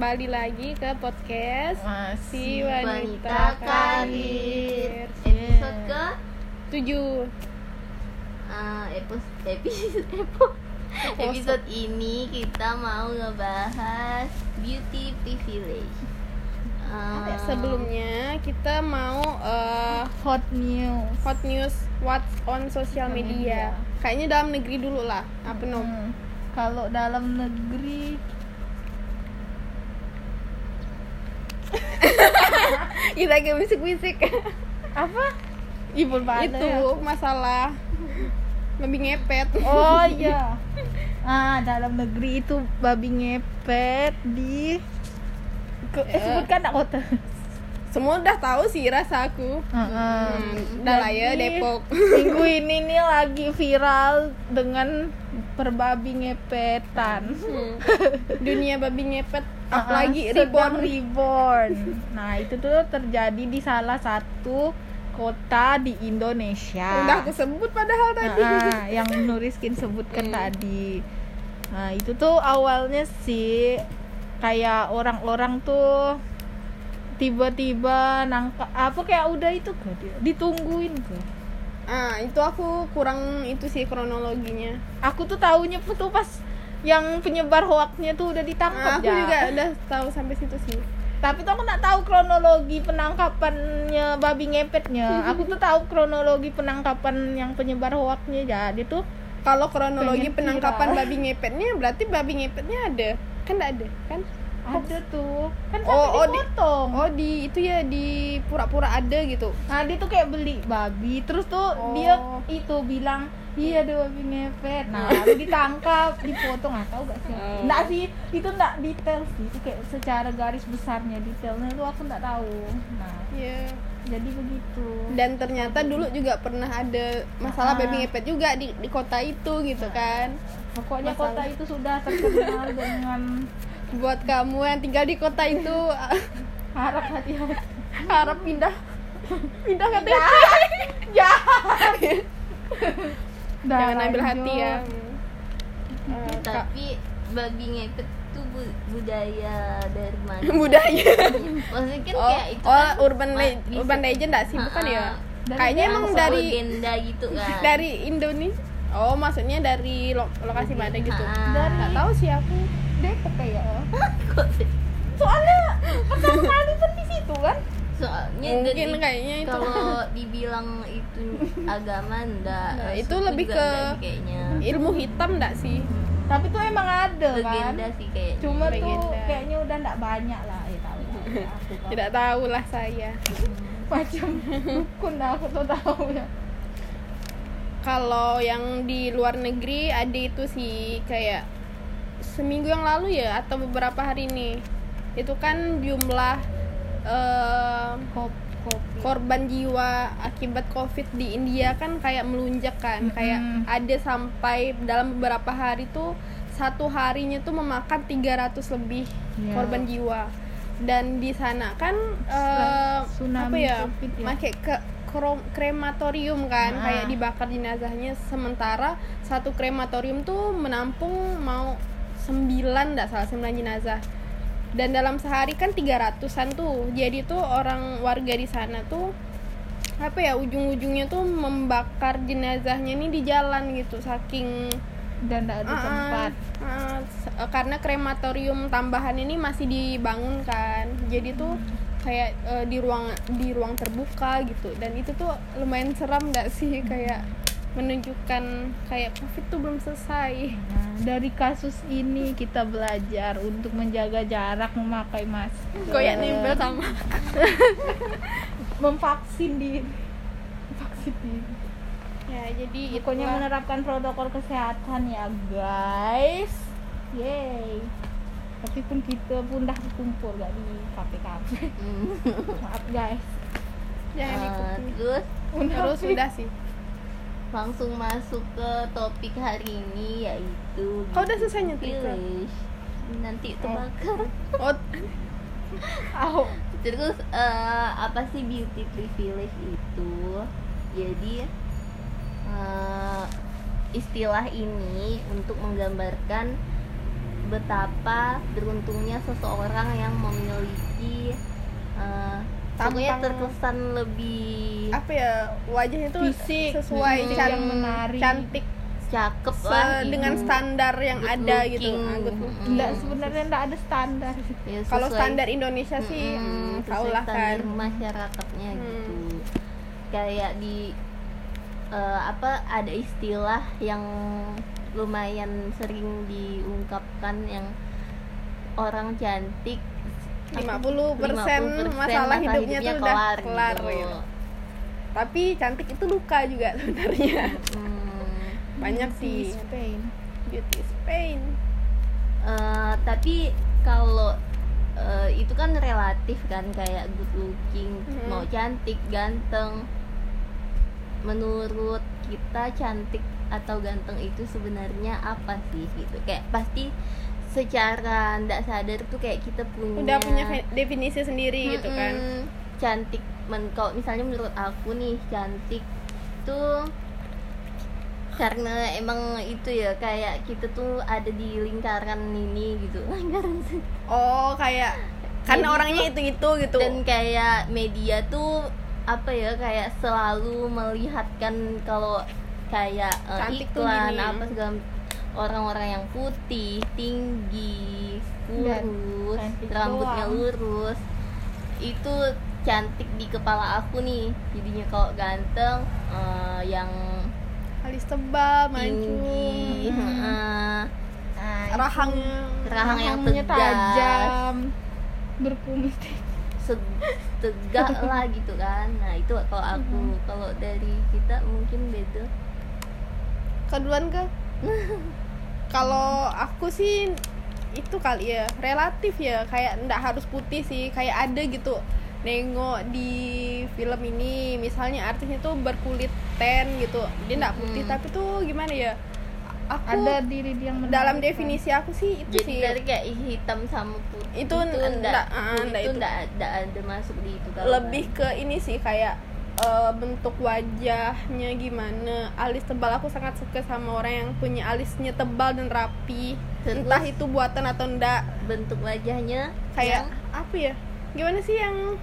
kembali lagi ke podcast Masih Wanita Karir. Episode ke 7. episode ini kita mau ngebahas beauty privilege. Sebelumnya kita mau hot news what's on social media. Kayaknya dalam negeri dulu lah. Apa Kalau dalam negeri kita kayak bisik-bisik. Apa? Ibu Itu ya? masalah babi ngepet. Oh iya. Dalam negeri itu babi ngepet di sebutkan nak kota. Semua udah tahu sih rasaku. Udah lah ya, Depok. Minggu ini nih lagi viral dengan perbabi ngepetan. Dunia babi ngepet, apalagi sedang reborn. reborn. Nah, itu tuh terjadi di salah satu kota di Indonesia. Udah aku sebut padahal tadi. Yang Nuriskin sebutkan tadi. Nah, itu tuh awalnya sih kayak orang-orang tuh tiba-tiba nangkap apa kayak udah itu ke dia ditungguin ke. Itu aku kurang itu sih kronologinya. Aku tuh taunya tuh pas yang penyebar hoaxnya tuh udah ditangkap. Aku juga udah tahu sampai situ sih. Tapi tuh aku nggak tahu kronologi penangkapannya babi ngepetnya. Aku tuh tahu kronologi penangkapan yang penyebar hoaxnya. Jadi tuh kalau kronologi pengen penangkapan viral. babi ngepetnya berarti babi ngepetnya ada. Kan enggak ada, kan? ada tuh kan sampai dipotong. Di itu ya di pura-pura ada gitu. Nah dia tuh kayak beli babi terus tuh dia itu bilang iya ada babi ngepet. Nah lalu ditangkap, dipotong. Tahu gak sih? Enggak sih, itu enggak detail sih. Itu kayak secara garis besarnya detailnya tuh aku enggak tahu. Nah, Iya. jadi begitu. Dan ternyata dulu juga pernah ada masalah babi ngepet juga di kota itu gitu kan. Pokoknya kota itu sudah terkenal dengan Buat kamu yang tinggal di kota itu harap hati-hati. harap pindah KTP. Jangan ambil hati ya. tapi babi ngepet tuh budaya dari mana? Budaya. Maksudnya kan kayak itu kan urban legend enggak sih? Bukan ya? Kayaknya emang langsung dari legenda gitu kan. dari Indonesia. Oh, maksudnya dari lokasi mana gitu? Dari Enggak tahu sih aku. Depok kayak. Kok sih? Soalnya pertama kali kan di situ kan. Soalnya Mungkin kayaknya itu. kalau dibilang itu agama enggak. Nah, itu suku lebih juga ke enggak kayaknya. Ilmu hitam enggak sih? Tapi tuh emang ada Legenda kan. sih kayaknya. Cuma tuh Legenda. kayaknya udah enggak banyak lah. Tahu juga aku kan. Tidak tahu lah saya. Macam dukun aku tuh tahu ya. Kalau yang di luar negeri ada itu sih kayak seminggu yang lalu ya atau beberapa hari ini. Itu kan jumlah korban jiwa akibat COVID di India kan kayak melunjak kan. Kayak ada sampai dalam beberapa hari tuh satu harinya tuh memakan 300 lebih korban jiwa. Dan di sana kan tsunami COVID ya. pakai krematorium kan, kayak dibakar jenazahnya. Sementara satu krematorium tuh menampung mau 9 jenazah. Dan dalam sehari kan 300-an tuh. Jadi tuh orang warga di sana tuh ujung-ujungnya tuh membakar jenazahnya nih di jalan gitu, saking Dan enggak ada tempat. karena krematorium tambahan ini masih dibangun kan. Jadi tuh kayak di ruang terbuka gitu. Dan itu tuh lumayan seram enggak sih, kayak menunjukkan kayak COVID tuh belum selesai. Nah, dari kasus ini kita belajar untuk menjaga jarak, memakai masker. Kok ya nempel sama Memvaksin diri. ya, jadi Pokoknya menerapkan protokol kesehatan ya guys. Yeay. Tapi pun kita pun dah berkumpul gak di kafe-kafe. Maaf guys. jangan ikutin. Terus Udah sih. langsung masuk ke topik hari ini, yaitu Kau udah selesai nyetrika? privilege. Nanti terbakar. Terus apa sih beauty privilege itu? Jadi istilah ini untuk menggambarkan betapa beruntungnya seseorang yang memiliki pokoknya Tampang. terkesan lebih Apa ya, wajahnya tuh Fisik, sesuai fisik yang menarik. cantik cakep lah gitu. dengan standar yang Good ada gitu. looking. Nah, good looking. Enggak, sebenarnya enggak ada standar. Ya, Kalau sesuai- standar Indonesia sih tau sesuai lah kan. standar masyarakatnya gitu. Kayak di ada istilah yang lumayan sering diungkapkan yang orang cantik 50% masalah hidupnya tuh udah kelar gitu. gitu. Tapi cantik itu luka juga sebenarnya. Banyak sih. Spain. Beauty is pain. Tapi kalau itu kan relatif kan, kayak good looking, mau cantik, ganteng. Menurut kita cantik atau ganteng itu sebenarnya apa sih gitu? Kayak pasti secara ndak sadar tuh kayak kita Udah punya definisi sendiri gitu kan. Cantik, kalau misalnya menurut aku nih cantik tuh karena emang itu ya, kayak kita tuh ada di lingkaran ini gitu, lingkaran Oh, kayak karena Jadi orangnya itu gitu. dan kayak media tuh apa ya, kayak selalu melihatkan kalau kayak Cantik tuh iklan gini. apa segala orang-orang yang putih, tinggi, kurus, cantik rambutnya doang. lurus, itu cantik di kepala aku nih. Jadinya kalau ganteng yang Alis tebal, tinggi, mancung, rahangnya rahang yang Rahangnya tegas, tajam, berkumis. tegak lah gitu kan. Nah itu kalau aku, kalau dari kita mungkin beda. keduluan ke. Kalau aku sih itu kali ya, relatif ya, kayak ndak harus putih sih, kayak ada gitu nengok di film ini misalnya artisnya tuh berkulit tan gitu, dia ndak putih tapi tuh gimana ya, aku Ada diri dia yang menarik, dalam kan? definisi aku sih itu Jadi sih dari kayak hitam sama putih Itu ndak ndak, kulit itu. itu ndak ada masuk di itu kalau lebih ke ini sih, kayak bentuk wajahnya gimana. Alis tebal, aku sangat suka sama orang yang punya alisnya tebal dan rapi. Terus? Entah itu buatan atau enggak. bentuk wajahnya Kayak yang, apa ya? Gimana sih yang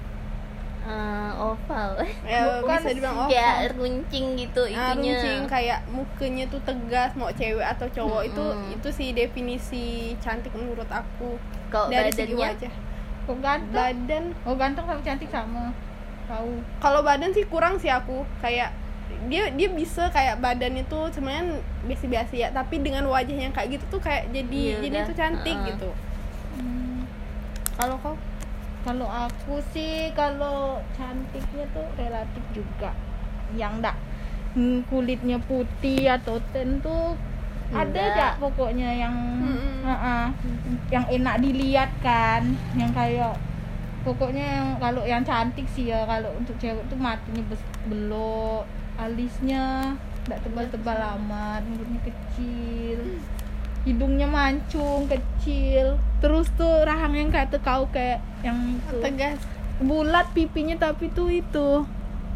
oval. ya, Bukan bisa dibilang Kayak runcing gitu itunya. runcing, kayak mukanya tuh tegas, mau cewek atau cowok. Itu sih definisi cantik menurut aku. Kalau Dari segi badannya wajah. Oh ganteng. Badan, Ganteng sama cantik sama. Tahu. kalau badan sih kurang sih aku. Kayak dia bisa kayak badannya tuh sebenarnya biasa-biasa ya, tapi dengan wajah yang kayak gitu tuh kayak Iya, jadi udah. tuh cantik gitu. Kalau kau Kalau aku sih, kalau cantiknya tuh relatif juga. Yang enggak kulitnya putih atau tan tuh ada Enggak. aja pokoknya yang yang enak dilihat kan, yang kayak pokoknya yang kalau yang cantik sih ya, kalau untuk cewek tuh matanya belok, alisnya enggak tebal-tebal amat, mulutnya kecil, hidungnya mancung kecil, terus tuh rahang yang kayak tekau kayak yang itu tegas. bulat pipinya tapi tuh itu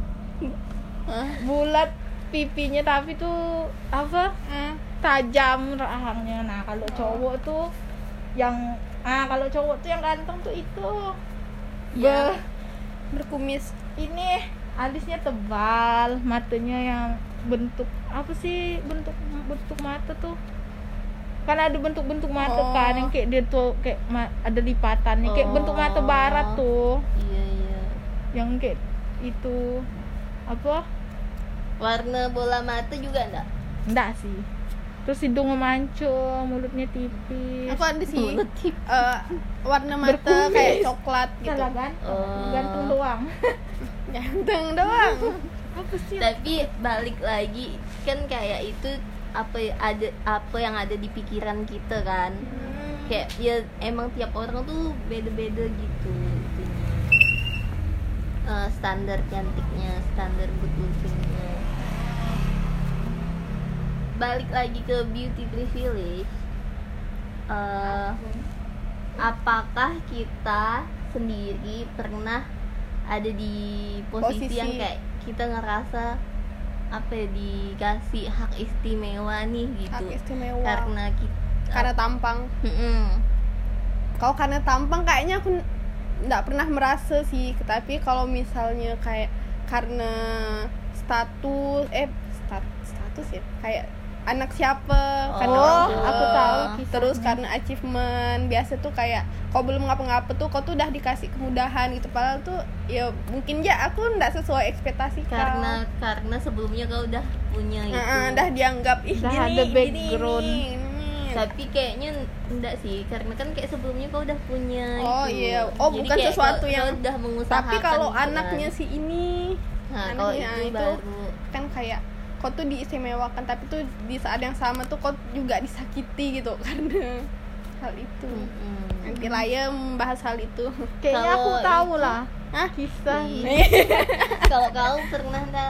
bulat pipinya tapi tuh apa tajam rahangnya. Nah kalau cowok tuh yang kalau cowok tuh yang ganteng tuh itu Ya. Berkumis. ini alisnya tebal, matanya yang bentuk apa sih, bentuk mata tuh kan ada bentuk mata kan yang kayak dia tuh kayak ada lipatannya kayak bentuk mata barat tuh, Iya. yang kayak itu apa Warna bola mata juga enggak sih, terus hidungnya mancung, mulutnya tipis. Aku ada sih Mulut tipis. warna mata Berkumis. kayak coklat gitu. Salah ganteng, Oh. gantung doang. Ganteng doang. Apa sih? Tapi balik lagi kan kayak itu apa yang ada di pikiran kita kan. Kayak ya emang tiap orang tuh beda-beda gitu itunya. Standar cantiknya, standar good lookingnya. Balik lagi ke beauty privilege. Apakah kita sendiri pernah ada di posisi yang kayak kita ngerasa apa ya, dikasih hak istimewa nih gitu, Hak istimewa. karena karena tampang. Kalau karena tampang kayaknya aku nggak pernah merasa sih, tapi kalau misalnya kayak karena status ya, kayak anak siapa, karena orang tua, aku tahu kisahnya. terus karena achievement, biasa tuh kayak kau belum ngapa-ngapa tuh kau tuh udah dikasih kemudahan gitu, padahal tuh ya mungkin ya aku nggak sesuai ekspektasi karena sebelumnya kau udah punya itu, udah dianggap Udah gini, ada background. gini. tapi kayaknya enggak sih, karena kan kayak sebelumnya kau udah punya Iya, itu. oh Jadi bukan kayak sesuatu kau yang udah mengusahakan tapi kalau gitu anaknya kan. si ini, Nah, kalau anaknya itu baru kan kayak kau tuh diistimewakan, tapi tuh di saat yang sama tuh kau juga disakiti gitu karena hal itu. Nanti lah ya membahas hal itu. Kayaknya aku Kalau tahu itu- lah Hah? kisah. Iya. Kalau kau pernah enggak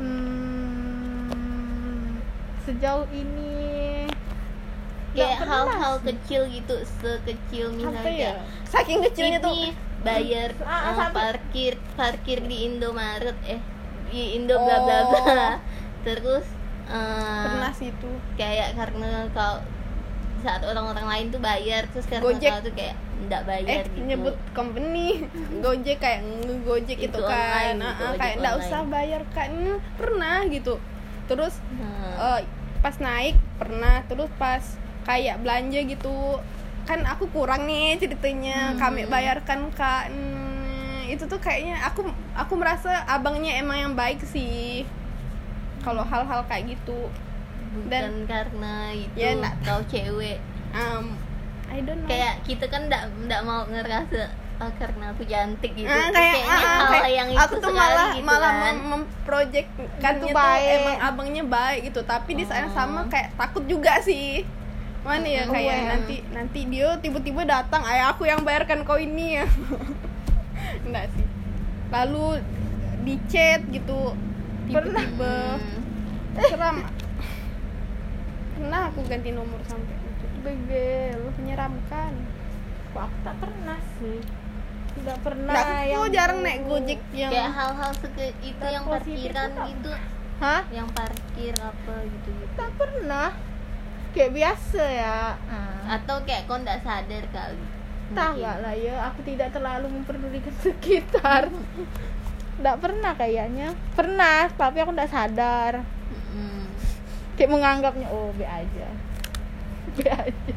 Sejauh ini kayak nggak pernah hal-hal sih. kecil gitu, sekecil misalnya Apa ya? kayak Saking kecilnya tuh ini bayar satu- parkir di Indomaret di Indo bla bla bla. Terus pernah sih itu. kayak karena kau saat orang-orang lain tuh bayar, terus karena Gojek. kau tuh kayak enggak bayar gitu. Nyebut company Gojek, kayak ngegojek Itu gitu kan. online gitu, Kayak ojek enggak online. usah bayar kan. Pernah gitu. Terus Nah, pas naik pernah, terus pas kayak belanja gitu kan aku kurang nih ceritanya, kami bayarkan Kak. Itu tuh kayaknya aku merasa abangnya emang yang baik sih kalau hal-hal kayak gitu. bukan dan- karena itu Ya, enggak. kau cewek. I don't know. Kayak kita kan enggak mau ngerasa karena aku cantik gitu. kayak Kayaknya hal kayak yang itu aku tuh sekali gitu malah kan. memproyekkannya Itu tuh baik. emang abangnya baik gitu, tapi di saat yang sama kayak takut juga sih. Mana ya kayak nanti dia tiba-tiba datang, ayah aku yang bayarkan kau ini ya. Enggak sih. Lalu di chat gitu tiba-tiba seram. Pernah aku ganti nomor sampai itu. Bebel. Menyeramkan. Kok aku tak pernah sih. Tidak pernah. Nggak, aku jarang naik dulu. Gojek yang Kayak hal-hal itu Dan yang positif parkiran tuh tak- gitu, Hah? yang parkir apa gitu. Tak pernah. Kayak biasa ya. Atau kayak kau enggak sadar kali. Tak Mungkin. nggak lah ya. Aku tidak terlalu memperdulikan sekitar. Tidak pernah kayaknya. Pernah, tapi aku tidak sadar. Kayak menganggapnya B aja. B aja.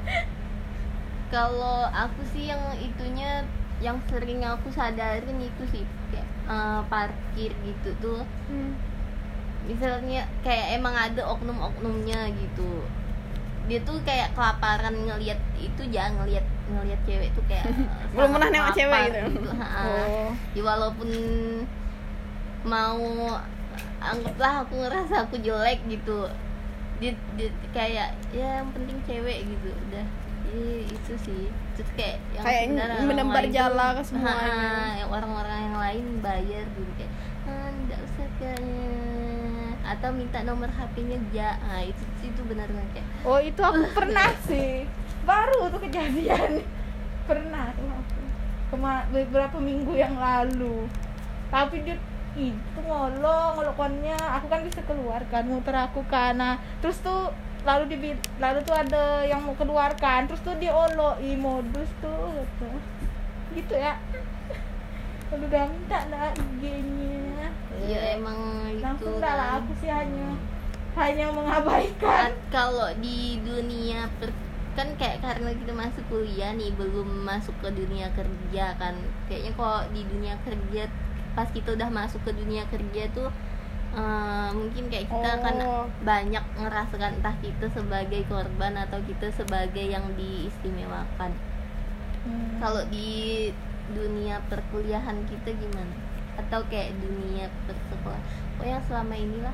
Kalau aku sih yang itunya, yang sering aku sadarin itu sih kayak parkir gitu tuh. Misalnya kayak emang ada oknum-oknumnya gitu, dia tuh kayak kelaparan ngelihat itu, jangan ngelihat cewek tuh kayak Belum sangat pernah nengok lapar cewek gitu. Ya, walaupun mau anggaplah aku ngerasa aku jelek gitu, dia kayak ya yang penting cewek gitu udah. Itu sih, terus kayak yang Kayak sebenarnya orang menebar lain jala tuh, ke semuanya. yang orang-orang yang lain bayar gitu kayak enggak usah kayaknya, atau minta nomor HP-nya aja. Itu benar-benar kayak Itu aku pernah sih. Baru tuh kejadian. Pernah tuh aku. Beberapa minggu yang lalu. Tapi dia itu ngolokannya, aku kan bisa keluarkan muter aku karena terus tuh lalu tuh ada yang mau keluarkan, terus tuh dia modus tuh gitu ya. Lalu udah minta lah IG-nya. ya emang Langsung itu dah lah, kan. aku sih hanya mengabaikan. Kalau di dunia kan kayak karena kita masuk kuliah nih, belum masuk ke dunia kerja kan, kayaknya kok di dunia kerja pas kita udah masuk ke dunia kerja tuh mungkin kayak kita akan banyak ngerasakan entah kita sebagai korban atau kita sebagai yang diistimewakan. Kalau di dunia perkuliahan kita gimana? Atau kayak dunia persekolah? Yang selama inilah.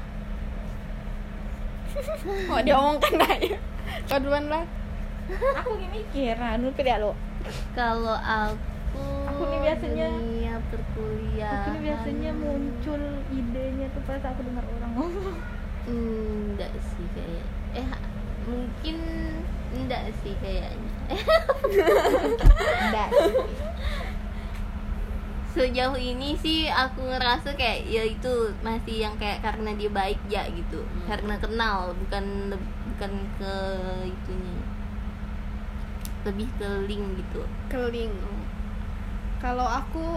Diomongkan aja. Kau duluan lah. Aku mikir, nurut ya lo. Kalau aku nih biasanya dunia perkuliahan. Aku nih biasanya muncul idenya tuh pas aku dengar orang ngomong. Enggak sih kayak mungkin enggak sih kayaknya. Enggak. Sejauh ini sih aku ngerasa kayak ya itu masih yang kayak karena dia baik ya gitu, karena kenal, bukan ke itunya. lebih ke link gitu. Keling. Kalau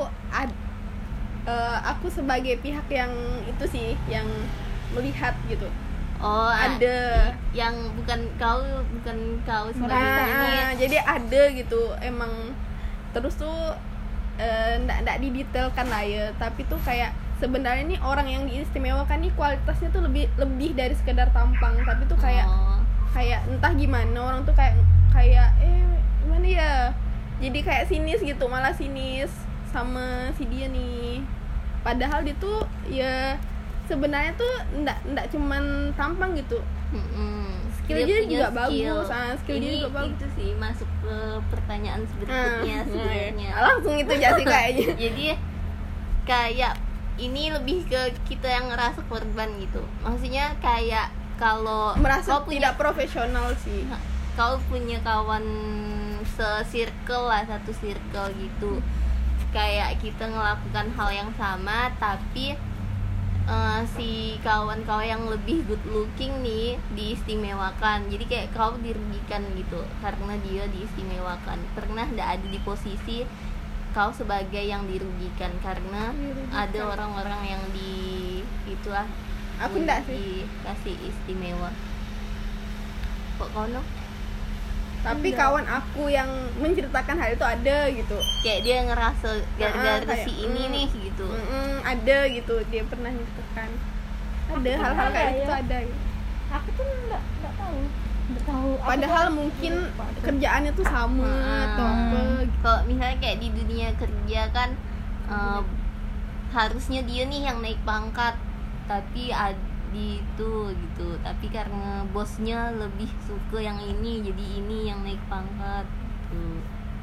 aku sebagai pihak yang itu sih, yang melihat gitu. Oh, ada yang bukan kau sebagai nah, jadi ada gitu emang. Terus tuh nggak didetailkan lah ya, tapi tuh kayak sebenarnya nih orang yang diistimewakan nih kualitasnya tuh lebih dari sekedar tampang, tapi tuh kayak entah gimana orang tuh kayak gimana ya, jadi kayak sinis gitu, malah sinis sama si dia nih. Padahal dia tuh ya sebenarnya tuh nggak cuman tampang gitu. Skill dia juga bagus. Skill dia juga bagus. Itu sih masuk ke pertanyaan berikutnya sebenarnya. Langsung itu Jasi kayaknya. Jadi kayak ini lebih ke kita yang ngerasa korban gitu. Maksudnya kayak kalau merasa tidak profesional sih. Kau punya kawan se-circle lah, satu circle gitu. Kayak kita ngelakukan hal yang sama, tapi si kawan-kawan yang lebih good looking nih diistimewakan. Jadi kayak kau dirugikan gitu karena dia diistimewakan. Pernah nggak ada di posisi kau sebagai yang dirugikan karena ada orang-orang yang itulah aku nggak sih dikasih istimewa. Kok kau no? Tapi kawan aku yang menceritakan hal itu ada gitu. Kayak dia ngerasa gara-gara si ini nih gitu. Ada gitu, dia pernah menceritakan. Ada hal-hal kayak gitu ada. Aku tuh nggak tahu. Padahal mungkin kerjaannya tuh sama atau apa. Kalau misalnya kayak di dunia kerja kan harusnya dia nih yang naik pangkat, tapi di itu gitu, tapi karena bosnya lebih suka yang ini, jadi ini yang naik pangkat tuh.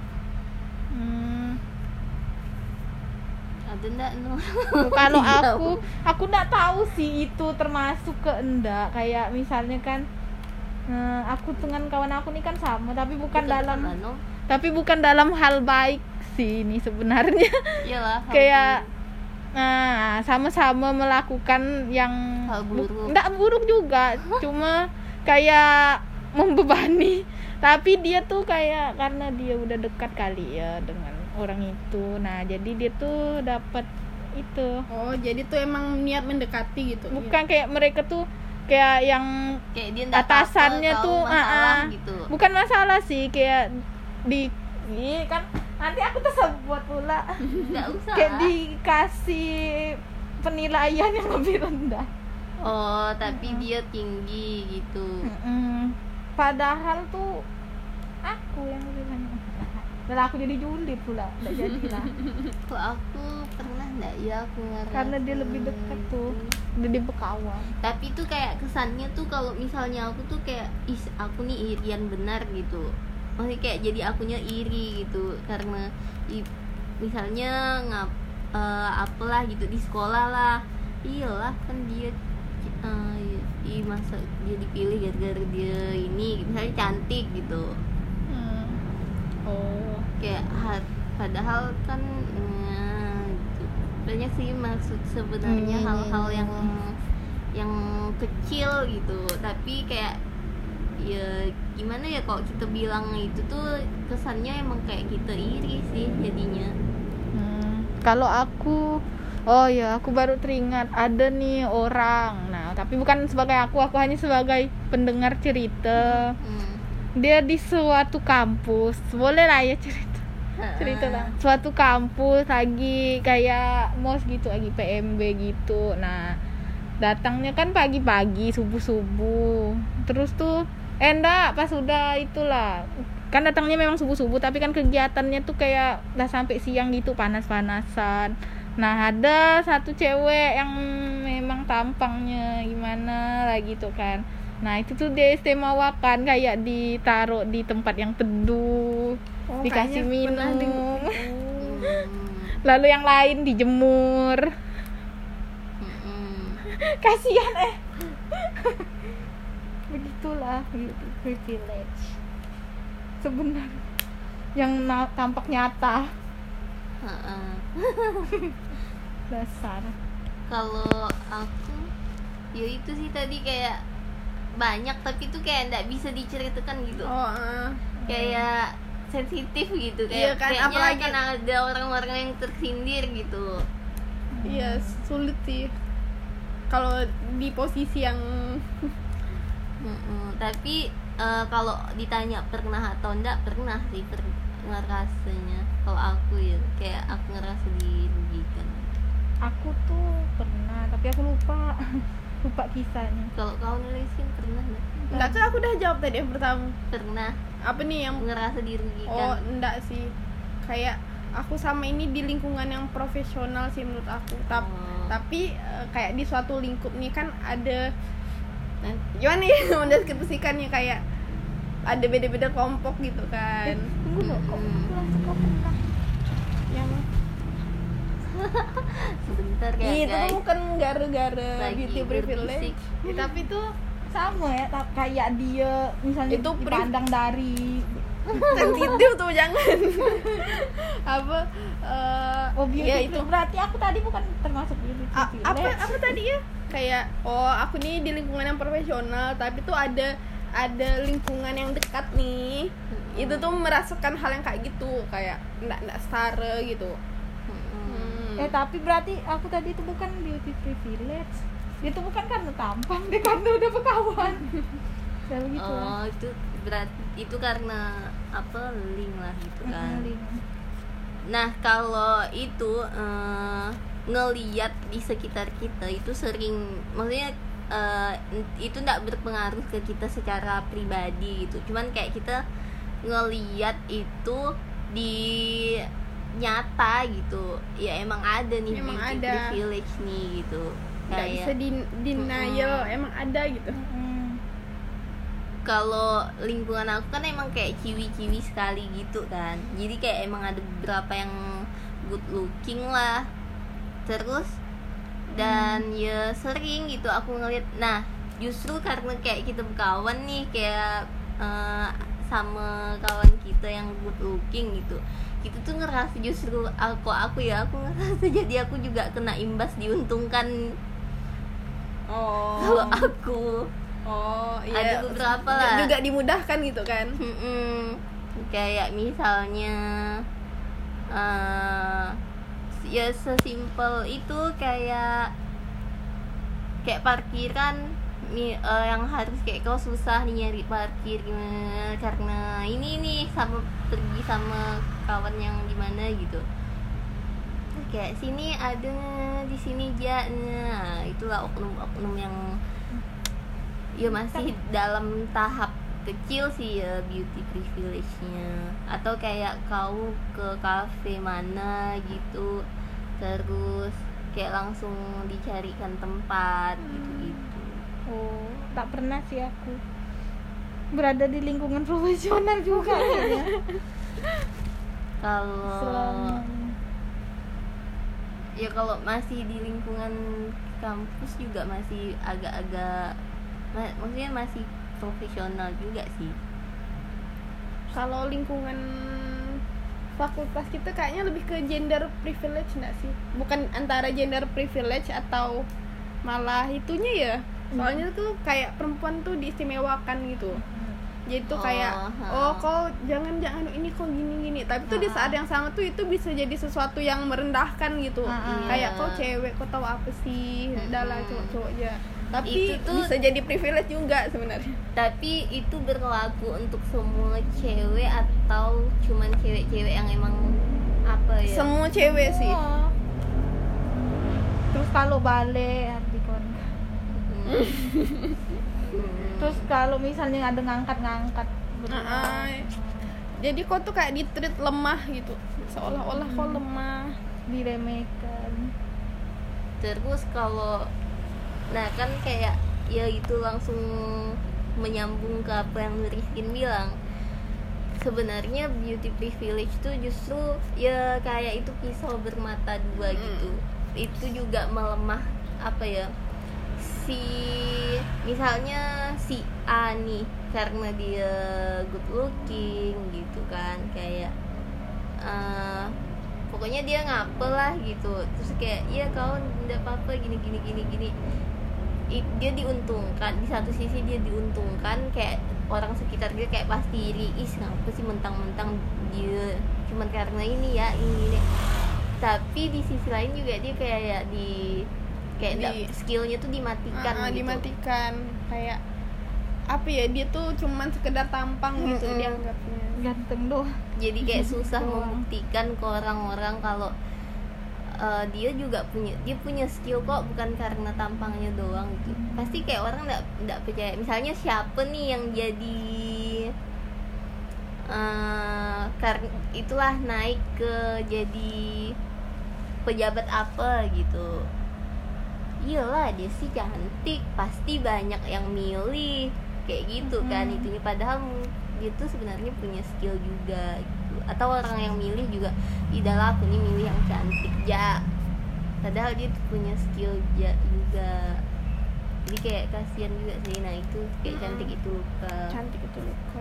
Ada ndak no? Kalau aku nggak tahu sih itu termasuk ke enggak. Kayak misalnya kan aku dengan kawan aku nih kan sama, tapi bukan dalam hal baik sih ini sebenarnya. Iyalah, kayak sama-sama melakukan yang enggak buruk juga, cuma kayak membebani. Tapi dia tuh kayak karena dia udah dekat kali ya dengan orang itu, nah jadi dia tuh dapat itu. Oh, jadi tuh emang niat mendekati gitu. Bukan kayak mereka tuh kayak yang kayak dia atasannya tuh gitu. Bukan masalah sih, kayak ini kan nanti aku tersebut pula. Nggak usah. Kayak dikasih penilaian yang lebih rendah. Oh, tapi dia tinggi gitu. Padahal tuh aku yang lebih banyak. Dan aku jadi julid pula, nggak jadi lah. Kok aku pernah nggak ya aku ngerasa karena dia lebih dekat tuh, jadi berkawan. Tapi tuh kayak kesannya tuh kalau misalnya aku tuh kayak aku nih irian benar gitu. Maksudnya kayak jadi akunya iri gitu karena misalnya apalah gitu di sekolah lah, iyalah kan dia masa dia dipilih gara-gara dia ini misalnya cantik gitu. Oh, kayak padahal kan gitu. Banyak sih maksud sebenarnya hal-hal yang kecil gitu, tapi kayak ya gimana ya, kalau kita bilang itu tuh kesannya emang kayak kita iri sih jadinya. Kalau aku aku baru teringat ada nih orang, nah tapi bukan sebagai aku hanya sebagai pendengar cerita. Dia di suatu kampus, boleh lah ya cerita lah. Suatu kampus lagi kayak mos gitu, lagi PMB gitu. Nah datangnya kan pagi-pagi, subuh-subuh. Terus tuh enggak, pas udah itulah kan datangnya memang subuh-subuh, tapi kan kegiatannya tuh kayak udah sampai siang gitu, panas-panasan. Nah ada satu cewek yang memang tampangnya gimana lah gitu kan. Nah itu tuh dia istimewakan, kayak ditaruh di tempat yang teduh, dikasih minum. Lalu yang lain dijemur. Kasihan begitulah gitu, privilege sebenarnya yang tampak nyata. Dasar. Kalau aku ya itu sih tadi kayak banyak, tapi tuh kayak nggak bisa diceritakan gitu. Kayak sensitif gitu, Iya kayak kan, kayaknya apalagi- akan ada orang-orang yang tersindir gitu. Iya, sulit sih kalau di posisi yang Tapi kalau ditanya pernah atau enggak, pernah sih ngerasanya. Kalau aku ya kayak aku ngerasa dirugikan. Aku tuh pernah, tapi aku lupa lupa kisahnya. Kalau kau nulisin pernah nggak? enggak, kan aku udah jawab tadi yang pertama. Pernah Apa nih yang ngerasa dirugikan. Oh, enggak sih. Kayak aku sama ini di lingkungan yang profesional sih menurut aku. Oh. Tapi kayak di suatu lingkup nih kan ada gimana nih mendeskripsikannya, kayak ada beda-beda kelompok gitu kan. Tunggu loh, kok kok pernah? Yang Sebentar ya itu tuh guys. bukan gara-gara Lagi beauty privilege. berbisik. Ya, tapi tuh sama ya, kayak dia misalnya Itu dipandang dari Sensitif tuh, jangan. Apa oh beauty ya itu berarti aku tadi bukan termasuk beauty apa privilege. tadi ya, kayak aku nih di lingkungan yang profesional tapi tuh ada lingkungan yang dekat nih, itu tuh merasakan hal yang kayak gitu, kayak enggak setara gitu. Tapi berarti aku tadi itu bukan beauty privilege. Itu bukan karena tampang, dia karena udah berkawan. Ya begitu lah. Oh, itu berarti itu karena apa, link lah gitu kan. Nah, kalau itu ngeliat di sekitar kita itu sering, maksudnya itu nggak berpengaruh ke kita secara pribadi gitu. Cuman kayak kita ngeliat itu di nyata gitu. Ya emang ada nih Emang beauty ada. privilege nih gitu. Nggak bisa denial, emang ada gitu. Kalau lingkungan aku kan emang kayak ciwi-ciwi sekali gitu kan, jadi kayak emang ada beberapa yang good looking lah, terus dan ya sering gitu aku ngeliat. Nah justru karena kayak kita berkawan nih, kayak sama kawan kita yang good looking gitu, kita tuh ngerasa justru aku ngerasa jadi aku juga kena imbas, diuntungkan. Kalau aku ada beberapa lah juga dimudahkan gitu kan. Kayak misalnya ya sesimpel itu, kayak parkiran yang harus kayak kau susah nih nyari parkir gimana, karena ini nih sama pergi sama kawan yang gimana gitu, kayak sini ada, di sini aja. Nah itulah oknum-oknum yang ya masih dalam tahap kecil sih ya beauty privilege-nya. Atau kayak kau ke kafe mana gitu, terus kayak langsung dicarikan tempat gitu-gitu. Oh, tak pernah sih aku berada di lingkungan profesional juga kayaknya. Kalau ya kalau masih di lingkungan kampus juga masih agak-agak maksudnya masih profesional juga sih. Kalau lingkungan fakultas kita kayaknya lebih ke gender privilege nggak sih? Bukan antara gender privilege atau malah itunya ya. Soalnya tuh kayak perempuan tuh diistimewakan gitu. Jadi tuh kayak kau jangan ini kau gini. Tapi tuh di saat yang sama tuh itu bisa jadi sesuatu yang merendahkan gitu. Kayak kau cewek, kau tahu apa sih? Udahlah cowok-cowok aja. Tapi itu tuh bisa jadi privilege juga sebenarnya. Tapi itu berlaku untuk semua cewek atau cuman cewek-cewek yang emang apa ya? Semua cewek sih. Terus kalau balik Ardikon. Terus kalau misalnya ada ngangkat jadi kau tuh kayak di-treat lemah gitu, seolah-olah kau lemah, diremehkan. Terus kalau nah kan kayak ya itu langsung menyambung ke apa yang Rizkin bilang. Sebenarnya beauty privilege tuh justru ya kayak itu pisau bermata dua gitu. Itu juga melemah apa ya, misalnya si A nih karena dia good looking gitu kan, kayak pokoknya dia ngapel lah gitu, terus kayak iya kau nggak apa-apa gini dia diuntungkan, di satu sisi dia diuntungkan, kayak orang sekitar dia kayak pasti iri, kenapa sih mentang-mentang dia cuman karena ini ya ini. Tapi di sisi lain juga dia kayak skillnya tuh dimatikan gitu. Dimatikan, kayak apa ya, dia tuh cuman sekedar tampang gitu dianggapnya, ganteng doang. Jadi kayak susah membuktikan ke orang-orang kalau dia juga punya skill kok, bukan karena tampangnya doang gitu. Pasti kayak orang nggak percaya. Misalnya siapa nih yang jadi karena itulah naik ke jadi pejabat apa gitu, iyalah dia sih cantik, pasti banyak yang milih kayak gitu kan. Itunya padahal dia tuh sebenarnya punya skill juga gitu. Atau orang yang milih juga, idahlah aku nih milih yang cantik ja, padahal dia tuh punya skill juga. Jadi kayak kasihan juga sih. Nah itu kayak cantik itu luka.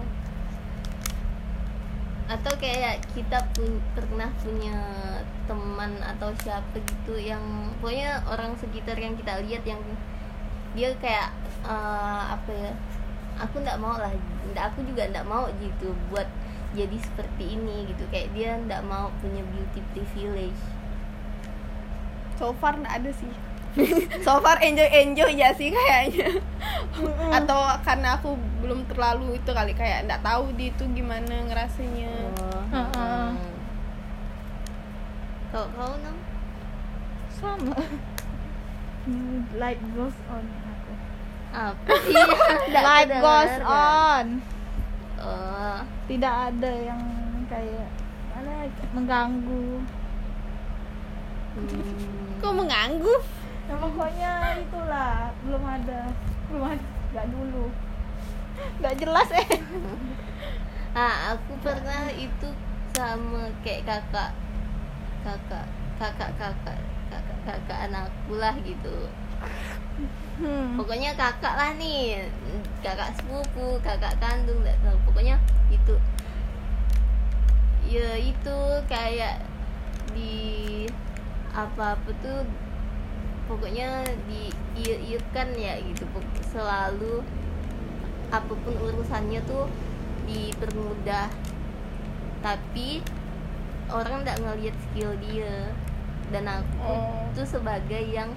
Atau kayak kita pernah punya teman atau siapa gitu yang pokoknya orang sekitar yang kita lihat yang dia kayak apa ya, aku juga nggak mau gitu buat jadi seperti ini gitu. Kayak dia nggak mau punya beauty privilege. So far nggak ada sih. So far enjoy ya sih kayaknya. Atau karena aku belum terlalu itu kali, kayak nggak tahu dia itu gimana ngerasanya. Kalau kau Nam? Sama. Light goes on aku. Apa sih? Light goes on. Oh. Tidak ada yang kayak mana mengganggu. Kok mengganggu? Ya, pokoknya itulah belum ada nggak dulu nggak jelas Aku pernah itu sama kayak kakak anakku lah gitu. Pokoknya kakak lah nih, kakak sepupu, kakak kandung, nggak tahu. Pokoknya itu ya, itu kayak di apa-apa tuh pokoknya diiyakan ya gitu. Selalu apapun urusannya tuh dipermudah, tapi orang nggak ngelihat skill dia. Dan aku tuh sebagai yang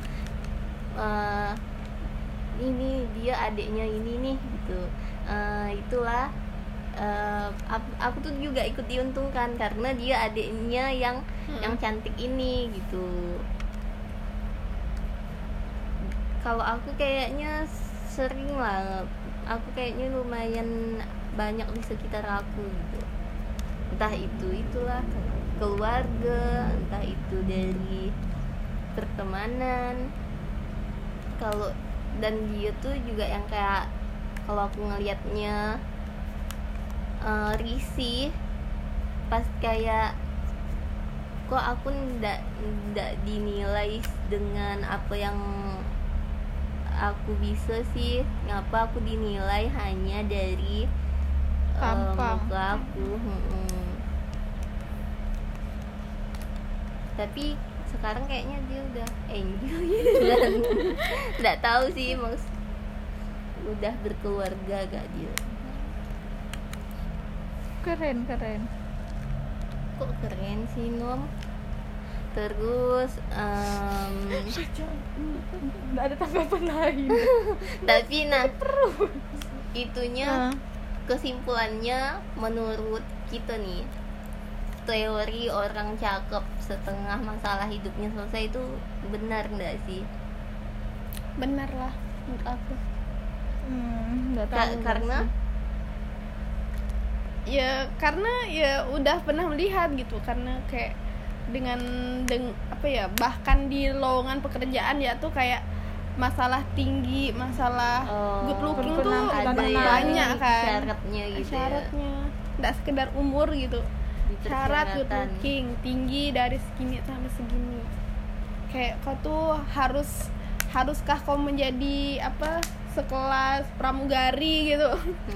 ini dia adiknya ini nih gitu, itulah aku tuh juga ikut diuntungkan karena dia adiknya yang cantik ini gitu. Kalau aku kayaknya sering lah, aku kayaknya lumayan banyak di sekitar aku gitu. Entah itulah keluarga, entah itu dari pertemanan. Kalau dan dia tuh juga yang kayak kalau aku ngelihatnya risih pas kayak kok aku ndak dinilai dengan apa yang aku bisa sih, ngapa aku dinilai hanya dari muka aku. Tapi sekarang kayaknya dia udah enjoy dan nggak tahu sih udah berkeluarga gak dia. Keren Kok keren sih Nom. Terus nggak ada tanggapan lain. tapi itunya kesimpulannya menurut kita nih, teori orang cakep setengah masalah hidupnya selesai itu benar nggak sih? Benar lah menurut aku. Nggak tahu Karena ya udah pernah melihat gitu. Karena kayak dengan apa ya, bahkan di lowongan pekerjaan ya tuh kayak masalah tinggi, masalah good looking tuh ada banyak kan syaratnya gitu. Syaratnya nggak sekedar umur gitu, syarat good looking, tinggi dari segini sampai segini. Kayak kau tuh haruskah kau menjadi apa, sekelas pramugari gitu.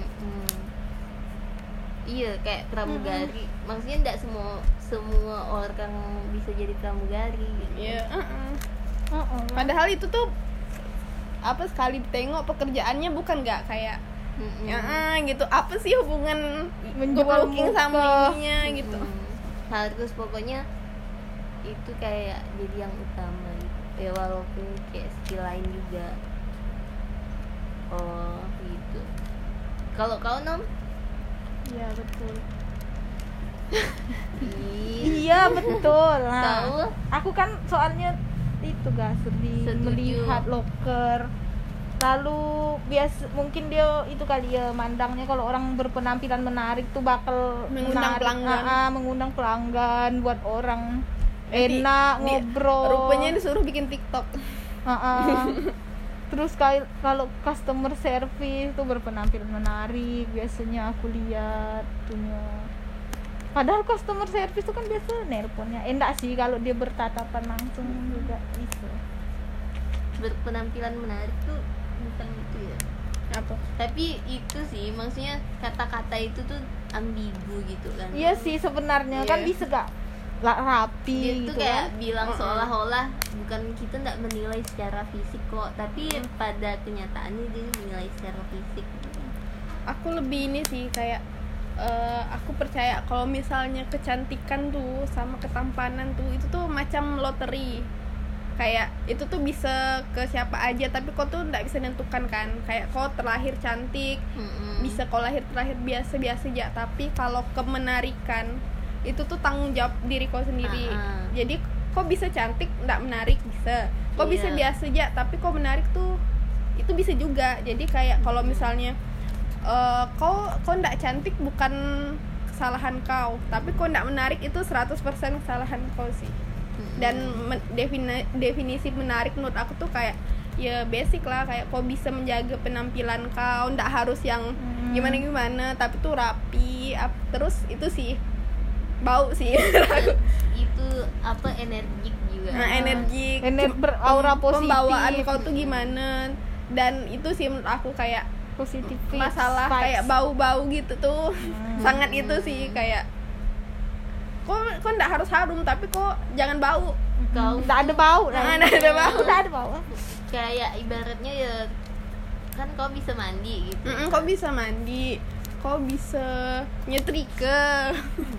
Iya, kayak pramugari. Maksudnya enggak semua orang bisa jadi pramugari gitu. Iya, Padahal itu tuh apa sekali tengok pekerjaannya bukan nggak kayak ya gitu, apa sih hubungan Menjual booking muka. sama ininya gitu. Harus pokoknya itu kayak jadi yang utama gitu. Ya walaupun kayak skill lain juga. Oh gitu. Kalau kau Nom? Iya betul. Ih, Iya betul. Tahu? Aku kan soalnya itu gak Setuju. melihat loker. Lalu mungkin dia itu kali ya mandangnya kalau orang berpenampilan menarik tuh bakal Mengundang pelanggan. mengundang pelanggan buat orang Nanti enak dia- ngobrol. Rupanya disuruh bikin TikTok. Terus kalau customer service tuh berpenampilan menarik biasanya aku lihat punya. Padahal customer service itu kan biasa nelponnya. Enggak sih kalau dia bertatapan langsung juga bisa. berpenampilan menarik tuh bukan itu ya. Apa? Tapi itu sih maksudnya kata-kata itu tuh ambigu gitu kan. Iya sih sebenarnya kan Iya. bisa gak rapi Dia gitu tuh kayak kan. bilang seolah-olah bukan kita nggak menilai secara fisik kok, tapi pada kenyataannya dia menilai secara fisik. Aku lebih ini sih kayak aku percaya kalau misalnya kecantikan tuh sama ketampanan tuh itu tuh macam loteri. Kayak itu tuh bisa ke siapa aja, tapi kau tuh nggak bisa nentukan kan. Kayak kau terlahir cantik, bisa kau lahir terlahir biasa-biasa aja, tapi kalau kemenarikan itu tuh tanggung jawab diri kau sendiri. Jadi kau bisa cantik nggak menarik bisa, kau bisa Iya. biasa aja tapi kau menarik tuh itu bisa juga. Jadi kayak kalau misalnya kau nggak cantik bukan kesalahan kau, tapi kau nggak menarik itu 100% kesalahan kau sih. Dan definisi menarik menurut aku tuh kayak ya basic lah, kayak kau bisa menjaga penampilan kau, nggak harus yang gimana tapi tuh rapi. Terus itu sih bau sih. Itu apa energik juga. Nah, energi Beraura positif. pembawaan kau tuh gimana. Dan itu sih menurut aku kayak Positif masalah vibes. kayak bau-bau gitu tuh sangat itu sih, kayak kok nggak harus harum tapi kok jangan bau. Kau Nggak ada bau Nggak ada bau. Nggak ada bau. kayak ibaratnya ya kan kau bisa mandi gitu. Kok bisa mandi, kok bisa nyetrika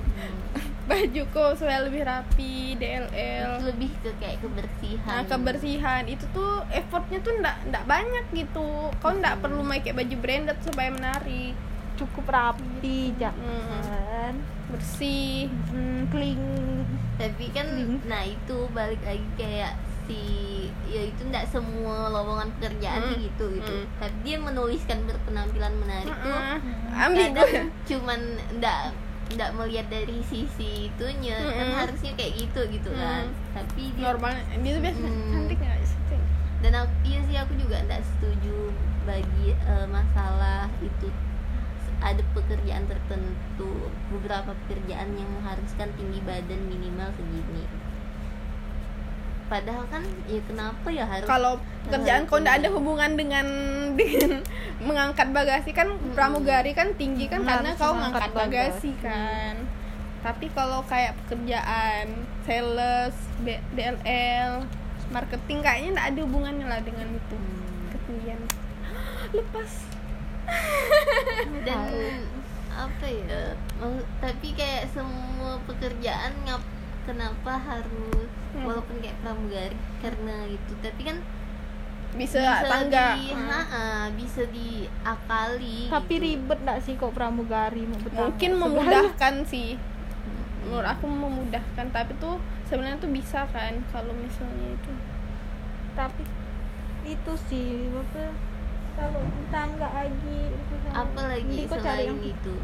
baju kok supaya lebih rapi, DLL. Itu lebih ke kayak kebersihan. Nah, kebersihan itu tuh effortnya tuh nggak banyak gitu. Kau nggak perlu pakai baju branded supaya menarik. Cukup rapi jangan Bersih. clean. Tapi kan nah itu balik lagi kayak ya itu enggak semua lowongan pekerjaan kayak gitu. Tapi dia menuliskan berpenampilan menarik tuh Ambigu. kadang cuman enggak melihat dari sisi itunya kan harusnya kayak gitu kan. Tapi dia Normal dia tuh biasa cantik nggak sih? dan iya sih aku juga enggak setuju bagi masalah itu ada pekerjaan tertentu, beberapa pekerjaan yang mengharuskan tinggi badan minimal segini. Padahal kan ya kenapa ya harus Kalau pekerjaan kau nggak ada hubungan dengan mengangkat bagasi kan, pramugari kan tinggi kan karena Harus kau mengangkat ngangkat bagasi kan. Tapi kalau kayak pekerjaan sales, DLL, marketing kayaknya nggak ada hubungannya lah dengan itu. Ketinggian. Lepas. dan apa ya tapi kayak semua pekerjaan kenapa harus walaupun kayak pramugari karena itu, tapi kan Bisa tangga. bisa diakali Tapi gitu. ribet nggak sih kok pramugari mau bertangga? Mungkin memudahkan sih. Menurut aku memudahkan, tapi tuh sebenarnya tuh bisa kan kalau misalnya itu. Tapi itu sih apa kalau tangga lagi apa lagi kok cari selain yang itu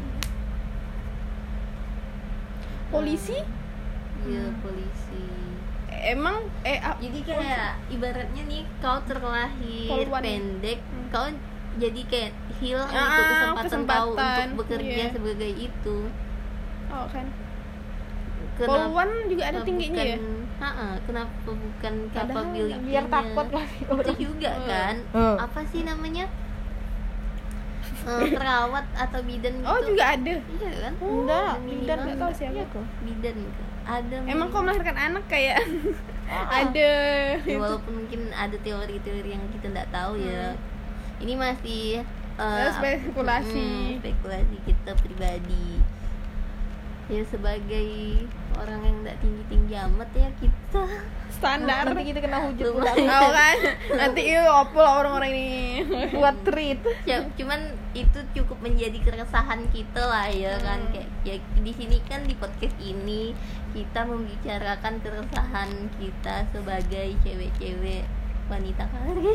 Polisi ya polisi. emang Jadi kayak ibaratnya nih kau terlahir Poluan. pendek, kau jadi kayak hilang itu kesempatan kau kesempatan. untuk bekerja Iya. sebagai itu. oh kan Kenapa poluan juga ada tingginya ya. Kenapa bukan Padahal capability-nya? biar takut kali Itu juga kan. Apa sih namanya? perawat atau bidan gitu. Oh juga ada. Iya kan? Enggak, Ada bidan minimal. enggak tahu siapa tuh. Bidan gitu. Ada Emang kok minimal. melahirkan anak kayak ada Ya, walaupun mungkin ada teori-teori yang kita nggak tahu ya. Ini masih spekulasi. spekulasi kita pribadi. Ya sebagai orang yang nggak tinggi-tinggi amat ya kita standar. Nanti kita kena hujat pula Lumayan. Oh kan, nanti itu apa lah orang-orang ini. buat treat. Ya, cuman itu cukup menjadi keresahan kita lah ya kan, kayak ya di sini kan di podcast ini kita membicarakan keresahan kita sebagai cewek-cewek wanita karir.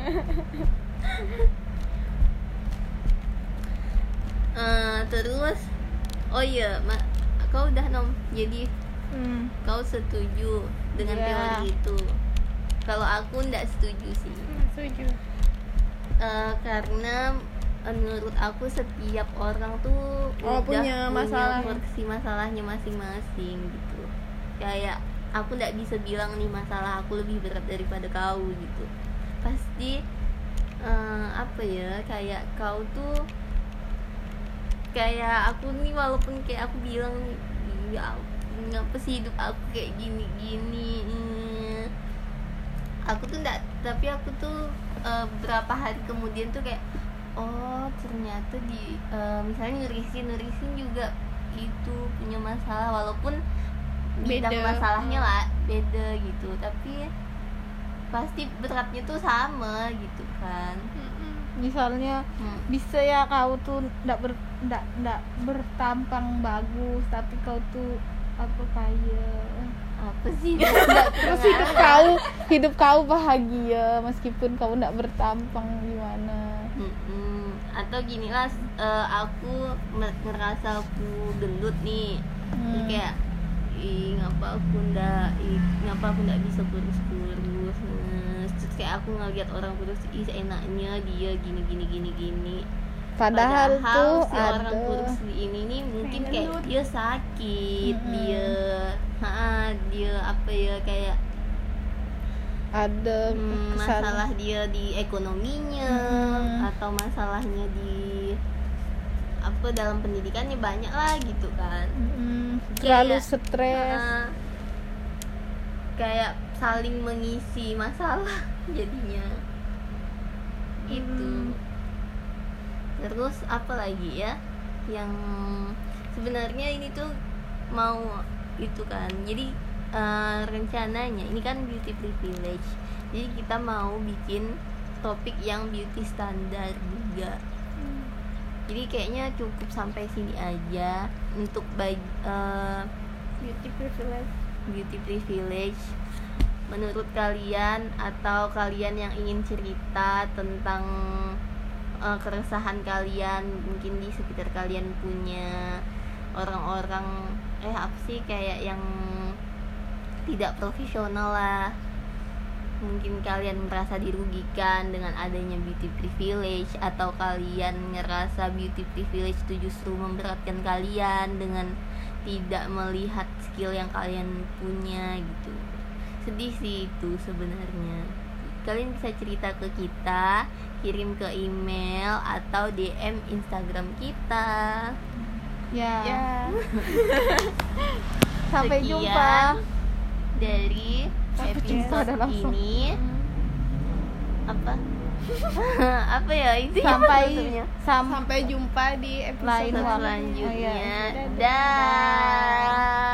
Terus oh iya kau udah jadi kau setuju dengan Iya. teori itu? Kalau aku ndak setuju sih. Setuju. Karena menurut aku setiap orang tuh Oh, punya masalah. versi masalahnya masing-masing gitu. Kayak aku nggak bisa bilang nih masalah aku lebih berat daripada kau gitu. Pasti apa ya, kayak kau tuh kayak aku nih, walaupun kayak aku bilang ya ngapa sih hidup aku kayak gini-gini, aku tuh enggak, tapi aku tuh berapa hari kemudian tuh kayak oh ternyata di misalnya nurisin juga itu punya masalah, walaupun bidang Beda. masalahnya lah beda gitu, tapi pasti beratnya tuh sama gitu kan. Misalnya bisa ya kau tuh ndak bertampang bagus, tapi kau tuh apa kaya. Apa sih Terus hidup kau bahagia meskipun kau ndak bertampang gimana. Atau gini lah, aku ngerasa aku gendut nih, terus kayak ngapa aku ndak bisa kurus, terus kayak aku ngeliat orang kurus, enaknya dia gini. Padahal tuh si orang ada kurus ini nih mungkin Pengen kayak gendut. dia sakit, dia apa ya, kayak ada masalah dia di ekonominya, atau masalahnya di apa dalam pendidikannya, banyak lah gitu kan. terlalu Kayak, stres. kayak saling mengisi masalah jadinya itu. Terus apa lagi ya yang sebenarnya ini tuh mau itu kan, jadi rencananya ini kan beauty privilege, jadi kita mau bikin topik yang beauty standar juga. Jadi kayaknya cukup sampai sini aja untuk Beauty privilege. beauty privilege. Menurut kalian, atau kalian yang ingin cerita tentang keresahan kalian, mungkin di sekitar kalian punya orang-orang apa sih kayak yang tidak profesional lah, mungkin kalian merasa dirugikan dengan adanya beauty privilege, atau kalian ngerasa beauty privilege itu justru memberatkan kalian dengan tidak melihat skill yang kalian punya gitu. Sedih sih itu sebenarnya. Kalian bisa cerita ke kita, kirim ke email atau DM Instagram kita. Ya. Sekian Sampai jumpa. dari episode Udah langsung. ini. Apa? Apa ya itu Sampai jumpa di episode Lain waktu. selanjutnya. Oh, iya. Dah.